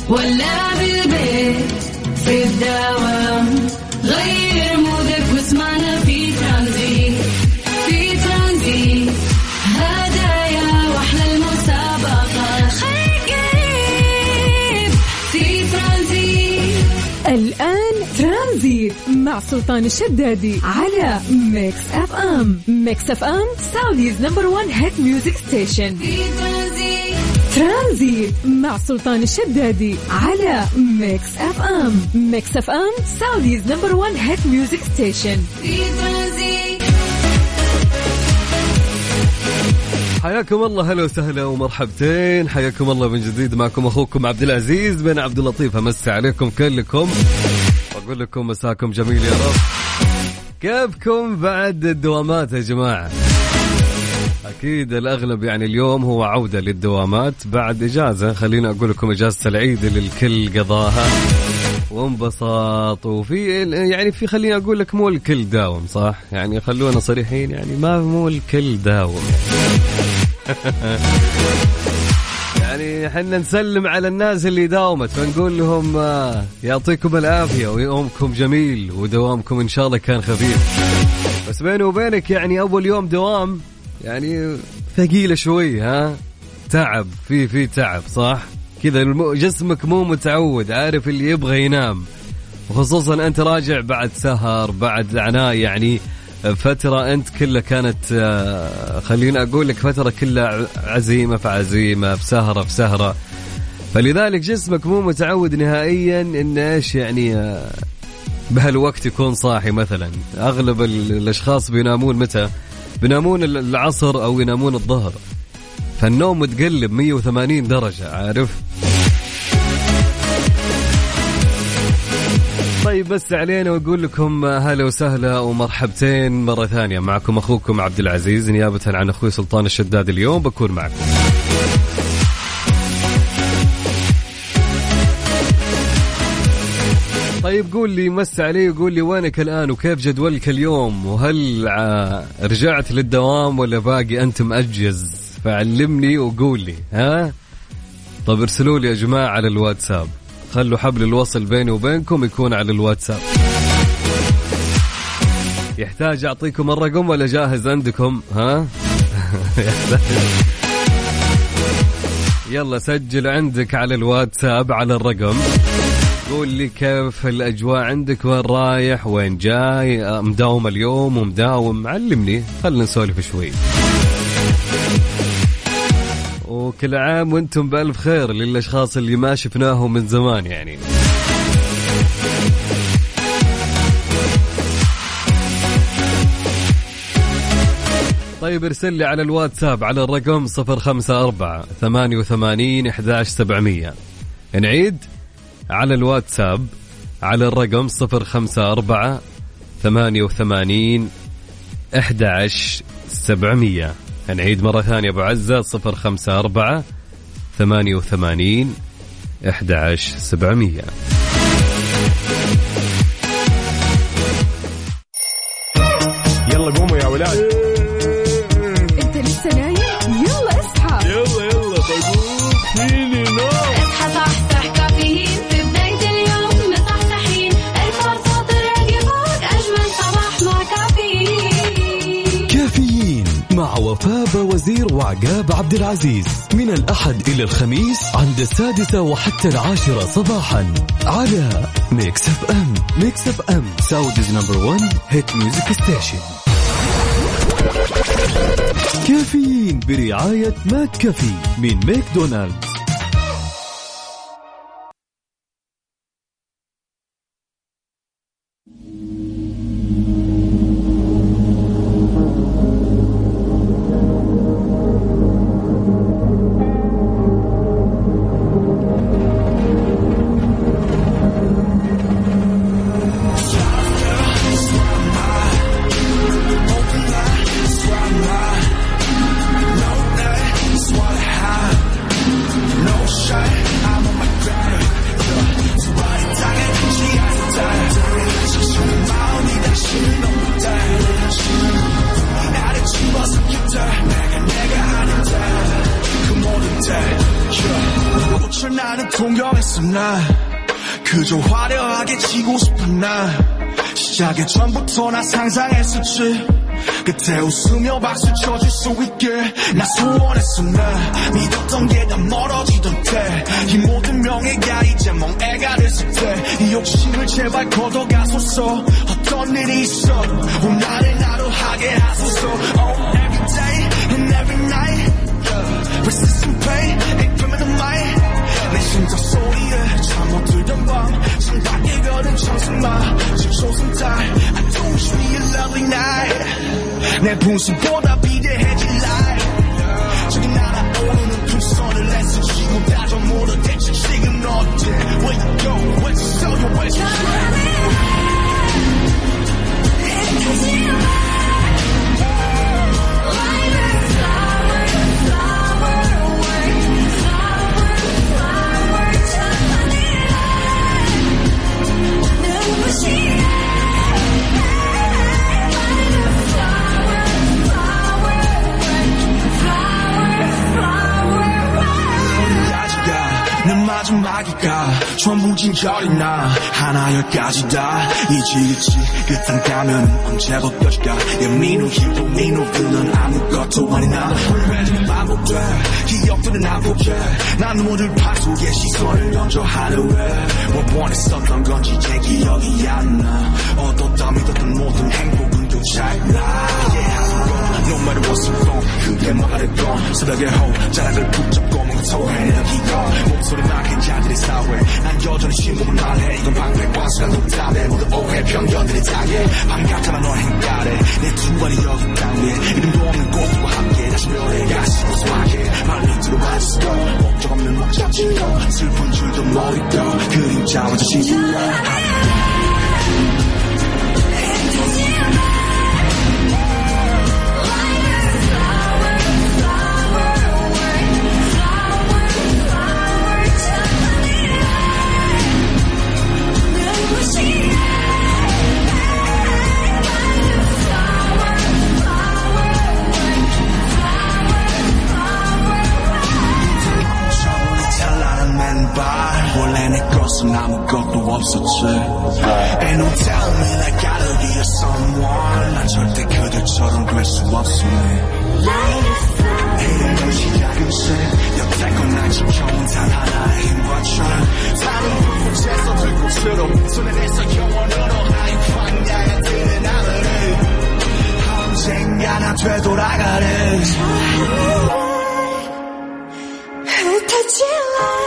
ولا بالبيت في الدوام، غير مودك واسمعنا في ترانزيت. في ترانزيت هدايا واحلى المسابقة، خليك قريب في ترانزيت. الآن ترانزيت مع سلطان الشدادي على ميكس اف ام. ميكس اف ام سعوديز نمبر 1 هيت ميوزك ستيشن. ترانزيت مع سلطان الشدادي على ميكس اف ام. ميكس اف ام سعوديز نمبر 1 هيت ميوزك ستيشن. حياكم الله، هلا وسهلا ومرحبتين، حياكم الله من جديد. معكم أخوكم عبد العزيز بن عبد اللطيف. أمسي عليكم كلكم وأقول لكم مساكم جميل يا رب. كيفكم بعد الدوامات يا جماعة؟ أكيد الأغلب يعني اليوم هو عودة للدوامات بعد إجازة. خلينا أقول لكم إجازة العيد للكل قضاها وانبساط، وفي يعني في خلينا أقول لك مو الكل داوم، صح؟ يعني خلونا صريحين، يعني ما مو الكل داوم يعني حنا نسلم على الناس اللي داومت فنقول لهم يعطيكم العافية ويومكم جميل ودوامكم إن شاء الله كان خفيف. بس بيني وبينك يعني أول يوم دوام يعني ثقيلة شوي، ها تعب في تعب، صح كذا جسمك مو متعود، عارف اللي يبغى ينام، وخصوصا أنت راجع بعد سهر بعد عناء، يعني فترة أنت كلها كانت خلينا أقول لك فترة كلها عزيمة في عزيمة، في سهرة في سهرة، فلذلك جسمك مو متعود نهائيا إن إيش يعني بهالوقت يكون صاحي. مثلا أغلب الأشخاص بينامون متى؟ بينامون العصر أو ينامون الظهر، فالنوم متقلب 180 درجة، عارف؟ طيب بس علينا وأقول لكم هلا وسهلا ومرحبتين مرة ثانية. معكم أخوكم عبد العزيز نيابة عن أخوي سلطان الشداد. اليوم بكون معكم. طيب قول لي، مس علي وقول لي وينك الآن وكيف جدولك اليوم، وهل رجعت للدوام ولا باقي أنت مأجز؟ فعلمني وقول لي. ها طب ارسلوا لي يا جماعة على الواتساب، خلوا حبل الوصل بيني وبينكم يكون على الواتساب. يحتاج أعطيكم الرقم ولا جاهز عندكم؟ ها يلا سجل عندك على الواتساب على الرقم، قول لي كيف الأجواء عندك، وين رايح وين جاي، مداوم اليوم ومداوم، علمني خلنا نسولف شوي. وكل عام وانتم بألف خير للأشخاص اللي ما شفناهم من زمان يعني. طيب ارسل لي على الواتساب على الرقم 054-88-11700. نعيد على الواتساب على الرقم 054-88-11700. نعيد مرة ثانية أبو عزة 054-88-11700. يلا قوموا يا ولاد. انت لسه نايم؟ يلا اصحى. يلا بقوم فيني نوم. اصحى صحصح كافيين في بداية اليوم، مصحصحين الفرصة تراقي فوق أجمل صباح مع كافيين. كافيين مع وفاء وزير وعقاب عبد العزيز من الأحد إلى الخميس عند 6 وحتى 10 صباحا على ميكس اف ام. ميكس اف ام سعوديز نمبر 1 هيت ميوزك ستيشن. كافيين برعاية ماك كافي من ماكدونالدز. 동경했어 나 그저 화려하게 지고 싶은 나 시작의 전부터 나 상상했었지 그때 웃으며 박수 쳐줄 수 있게 나 소원했어 나 믿었던 게 다 멀어지던 때 이 모든 명예가 이제 멍해가 됐을 때 이 욕심을 제발 걷어가소서 어떤 일이 있어도 오늘을 나로 하게 하소서 Oh every day and every night Persistent pain and criminal mind 내 심장 소리에 잠 못 들던 밤 창밖에 거는 청승마 지초승달 I don't wish me a lovely night 내 분수보다 비대해질 life 저기 날아오르는 풍선을 애쓰지고 다져 모두 대체 지금 어때 Where you go Where you so you where you 마지막이가 전부 진절이 나 하나 열까지 다 이지겠지 끝은 가면 언제 벗겨질까 민우 히로 민우 빌런 아무것도 아닌 나 회전은 반복돼 기억들은 안 복제 난 모두 파도에 시선을 던져 하루에 뭐 원했었던 건지 제 기억이 안 나 얻었다 믿었던 모든 행복은 또 잘나 No matter what's wrong 그게 뭐가 됐건 새벽에 자락을 붙잡고 뭔가 토해내기고 목소리만 괜찮들의 사회 난 여전히 신곡을 말해 이건 방백과수가 높다네 모두 오해 편견들이 당해 반갑잖아 너의 행가래 내 두 발이 여기 땅에 이름도 없는 꽃과 함께 다시 묘해가 소소하게 빨리 들어와줬어 목적 없는 목적지로 슬픈 줄도 모르고 그림자와 저 시지라 원래 내 것은 아무것도 없었지 And don't tell me I gotta be a someone 난 절대 그들처럼 될 수 없어 이런 시작은 새 여태껏 날 지켜온 단 하나의 힘과 천 다른 불꽃에서 들꽃으로 손에 대서 영원으로 하인 광야에 드는 하늘을 언젠가 나 되돌아가네 흩어질래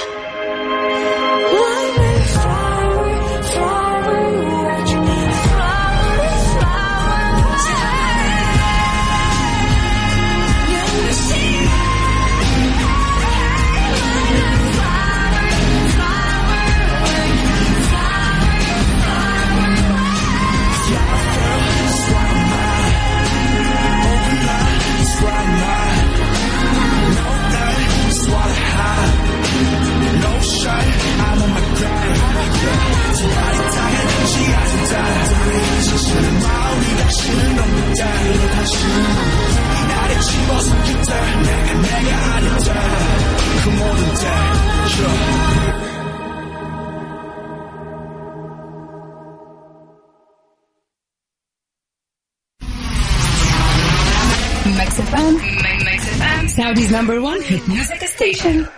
Mix FM, Saudi's #1 hit music station.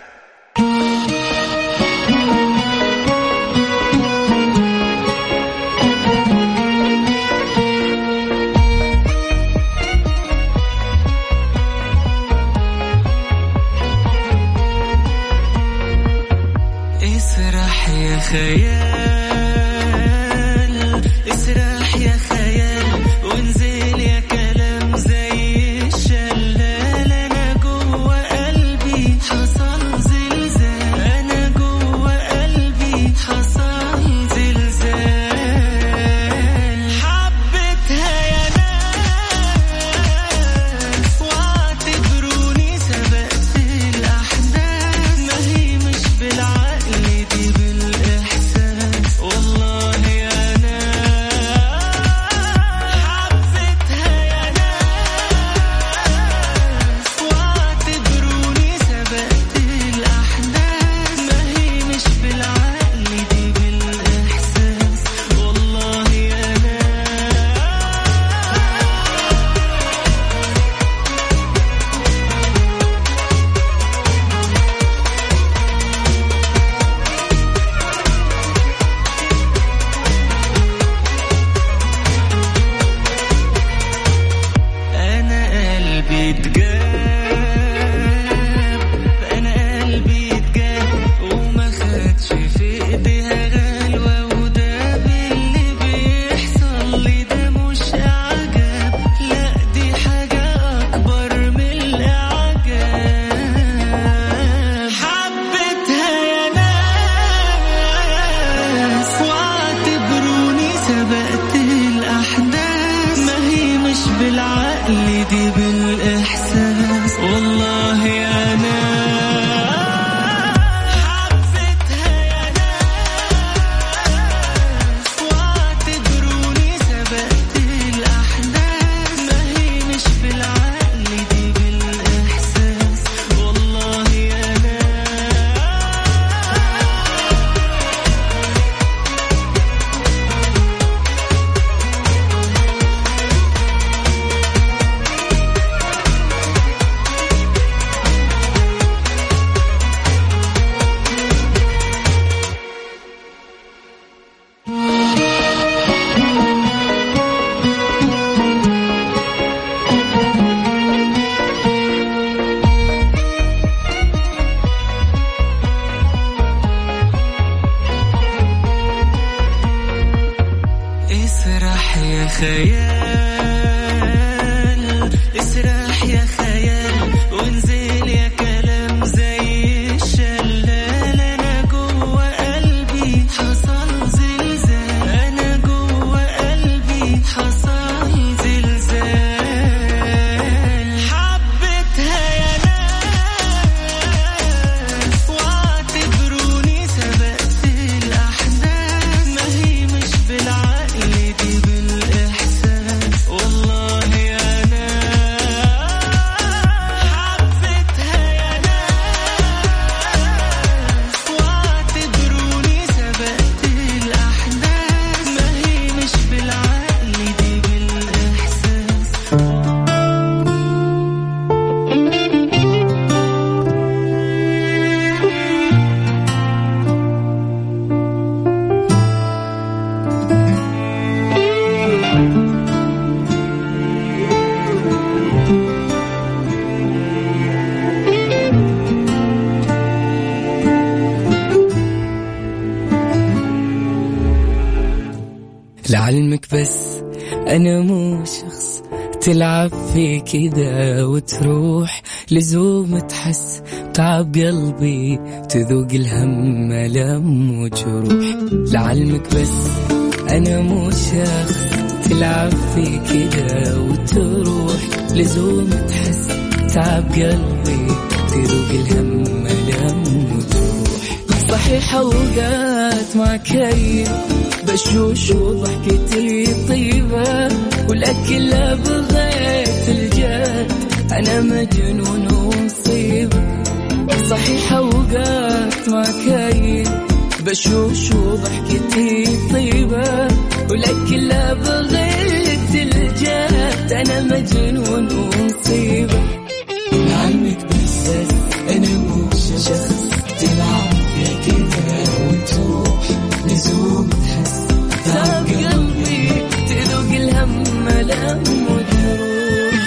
اسرح يا خيال اسرح يا خيال وانزل يا كلام زي الشلال انا جوه قلبي حصل زلزال انا جوه قلبي حصل زلزال حبتها يا ناس واعتبروني سبقت الاحداث ما هي مش بالعقل دي بالاحساس والله يا خيال اسرح يا خيال وانزل يا كلام زي الشلال انا جوه قلبي حصل زلزال انا جوه قلبي حصل زلزال حبيتها يا ناس واعتبروني سبقت الأحداث ما هي مش بالعقل دي بالإحساس والله يا ناس حبيتها يا ناس واعتبروني سبقت الأحداث ما هي مش بالعقل دي بالإحساس لعلمك بس أنا مو شخص تلعب في كذا وتروح لزوم تحس تعب قلبي تذوق الهم ألم وجروح لعلمك بس أنا مو شخص تلعب في كذا وتروح لزوم تحس تعب قلبي تذوق الهم ألم وجروح صحيح أوقات ما كريم بشوش وضحكتي طيبة والأكل بغيت الجد أنا مجنون ومصيبة صحيح أوقات ما كاين بشوش وضحكتي طيبة والأكل بغيت الجد أنا مجنون ومصيبة لعلمك بس أنا مو شخص تلعب في كذا وتروح لزوم تحس تعب قلبي تذوق الهم ألم وجروح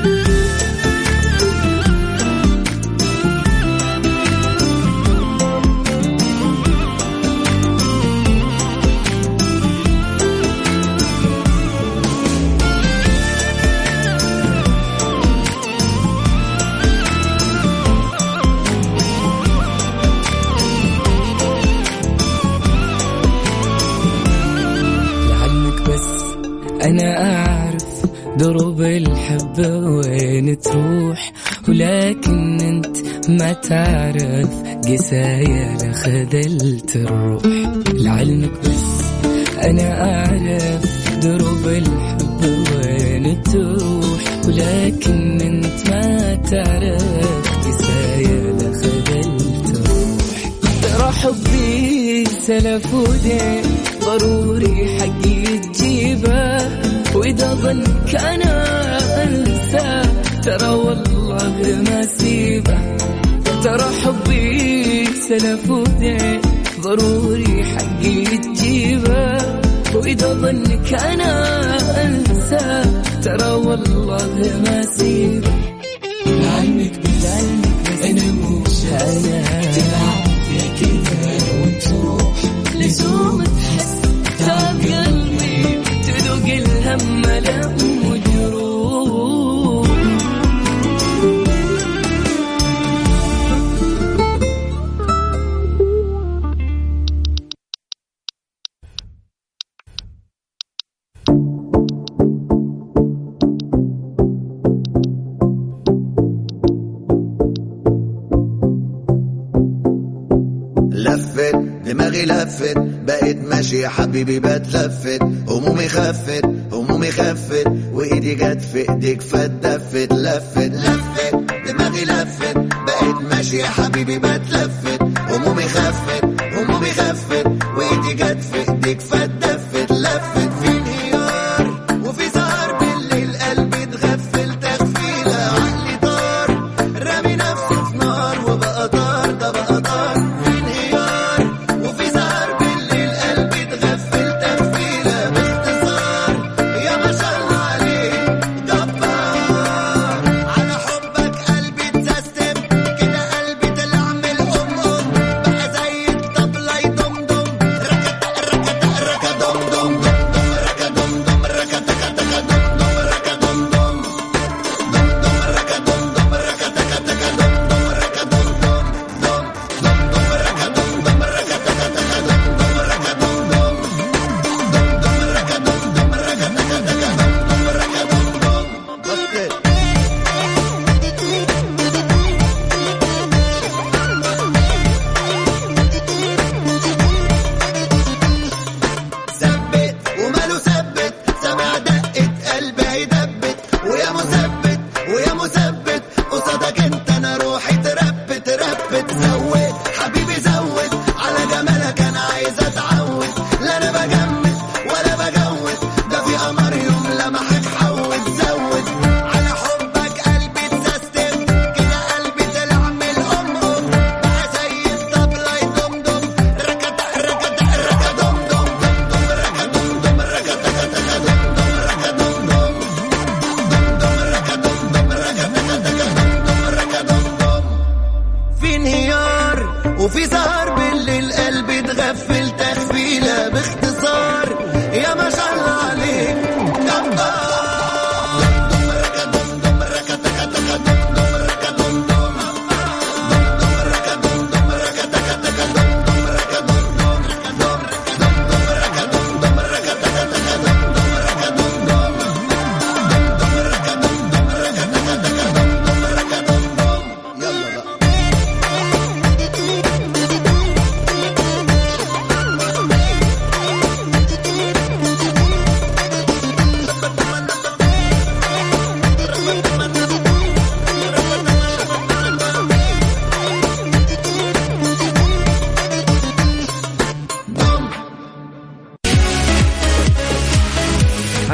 أنا أعرف دروب الحب وين تروح ولكن أنت ما تعرف قسايا لخذلت الروح لعلمك بس أنا أعرف دروب الحب وين تروح ولكن أنت ما تعرف قسايا لخذلت الروح ترى حبي سلف ودين ضروري حقي تجيبه وإذا ظنك أنا أنسى ترى والله ما سيبه ترى حبي سلف ودين ضروري حقي تجيبه وإذا ظنك أنا أنسى ترى والله ما سيبه لعلمك بس أنا مو أنا تلعب يا كذا وتروح لزوم تحس تعب قلبي تذوق الهم ألم وجروح لفت دماغي لفت بقيت ماشي يا حبيبي بتلفت همومي خفت وايدي جت في ايديك فتدفت لفت دماغي لفت بقيت ماشي يا حبيبي بتلفت همومي خفت وايدي جت في ايديك فتدفت لفت في انهيار وفي سهر بالليل قلبي اتغفل تغفيله عقلي طار رامي نفسه في نار وبقى طار ده بقى طار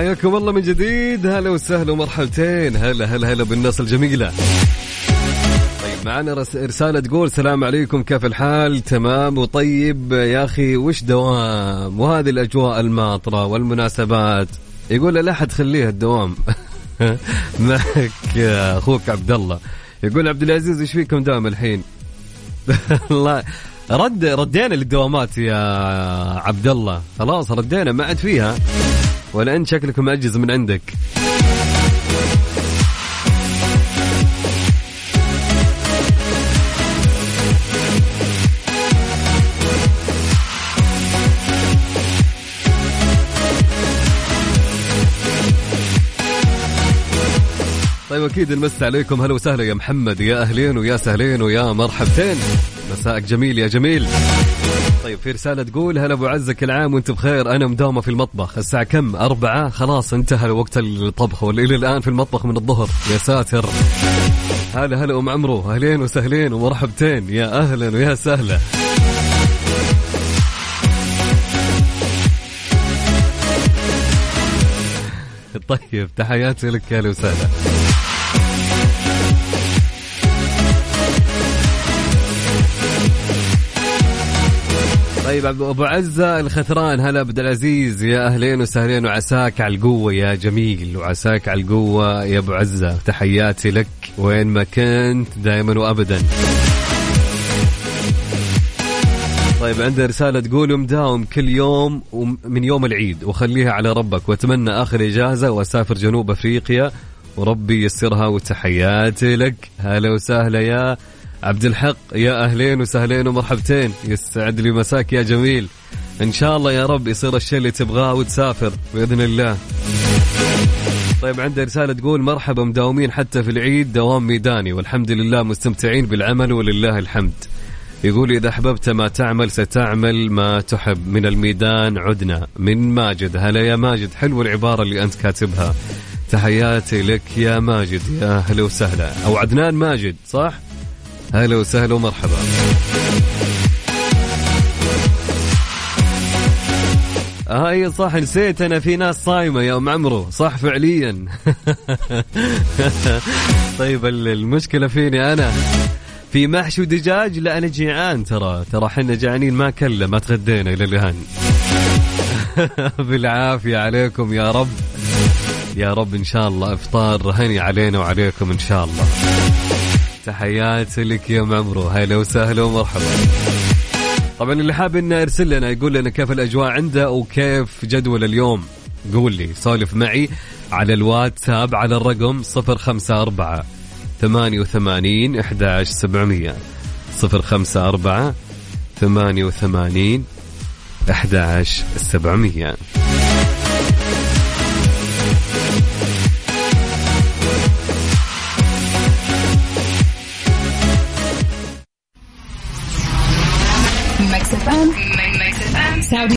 حياكم الله من جديد. هلا وسهلا ومرحبتين. هلا بالناس الجميلة. طيب معنا رسالة تقول سلام عليكم، كيف الحال؟ تمام وطيب يا أخي، وش دوام وهذه الأجواء الماطرة والمناسبات. يقول لا أحد خليها الدوام. معك أخوك عبد الله. يقول عبد العزيز وش فيكم دوام الحين؟ الله ردينا للدوامات يا عبد الله، خلاص ردينا ما عاد فيها، ولا أنت شكلكم أجز من عندك. طيب أكيد نمس عليكم. هلا وسهلا يا محمد، يا أهلين ويا سهلين ويا مرحبتين، مساءك جميل يا جميل. طيب في رسالة تقول هلا أبو عزة، كل عام وانت بخير، أنا مداومة في المطبخ. الساعة كم؟ 4، خلاص انتهى وقت الطبخ والليل الآن في المطبخ من الظهر. يا ساتر. هلا أم عمرو، أهلين وسهلين ومرحبتين، يا أهلا ويا سهلا. طيب تحياتي لك، يا وسهلا. طيب أبو عزة الخثران، هلا عبد العزيز، يا أهلين وسهلين وعساك على القوة يا جميل، وعساك على القوة يا أبو عزة، تحياتي لك وين ما كنت دائما وأبدا. طيب عندنا رسالة تقول مداوم كل يوم من يوم العيد وخليها على ربك، واتمنى آخر إجازة وأسافر جنوب أفريقيا وربي يسرها، وتحياتي لك. هلا وسهلا يا عبد الحق، يا أهلين وسهلين ومرحبتين، يسعد لي مساك يا جميل. إن شاء الله يا رب يصير الشيء اللي تبغاه وتسافر بإذن الله. طيب عندنا رسالة تقول مرحبا مداومين حتى في العيد، دوام ميداني والحمد لله مستمتعين بالعمل ولله الحمد. يقول إذا أحببت ما تعمل ستعمل ما تحب، من الميدان عدنا. من ماجد، هلا يا ماجد، حلو العبارة اللي أنت كاتبها، تحياتي لك يا ماجد، يا هلا وسهلا. أو عدنان ماجد صح؟ هلا وسهلا ومرحبا. هاي صح، نسيت أنا في ناس صايمة يا أم عمرو، صح فعليا. طيب المشكلة فيني أنا في محشي ودجاج، لا أنا جيعان، ترى حنا جعانين، ما كلا ما تغدينا إلى الآن. بالعافية عليكم يا رب، يا رب إن شاء الله إفطار هني علينا وعليكم إن شاء الله. تحياتي لك يا عمرو، هلا وسهلا ومرحبا. طبعا اللي حاب إنه يرسل لنا يقول لنا كيف الأجواء عنده وكيف جدول اليوم، قول لي سولف معي على الواتساب على الرقم 054 88 11 700 054 88 11 700. Mix FM.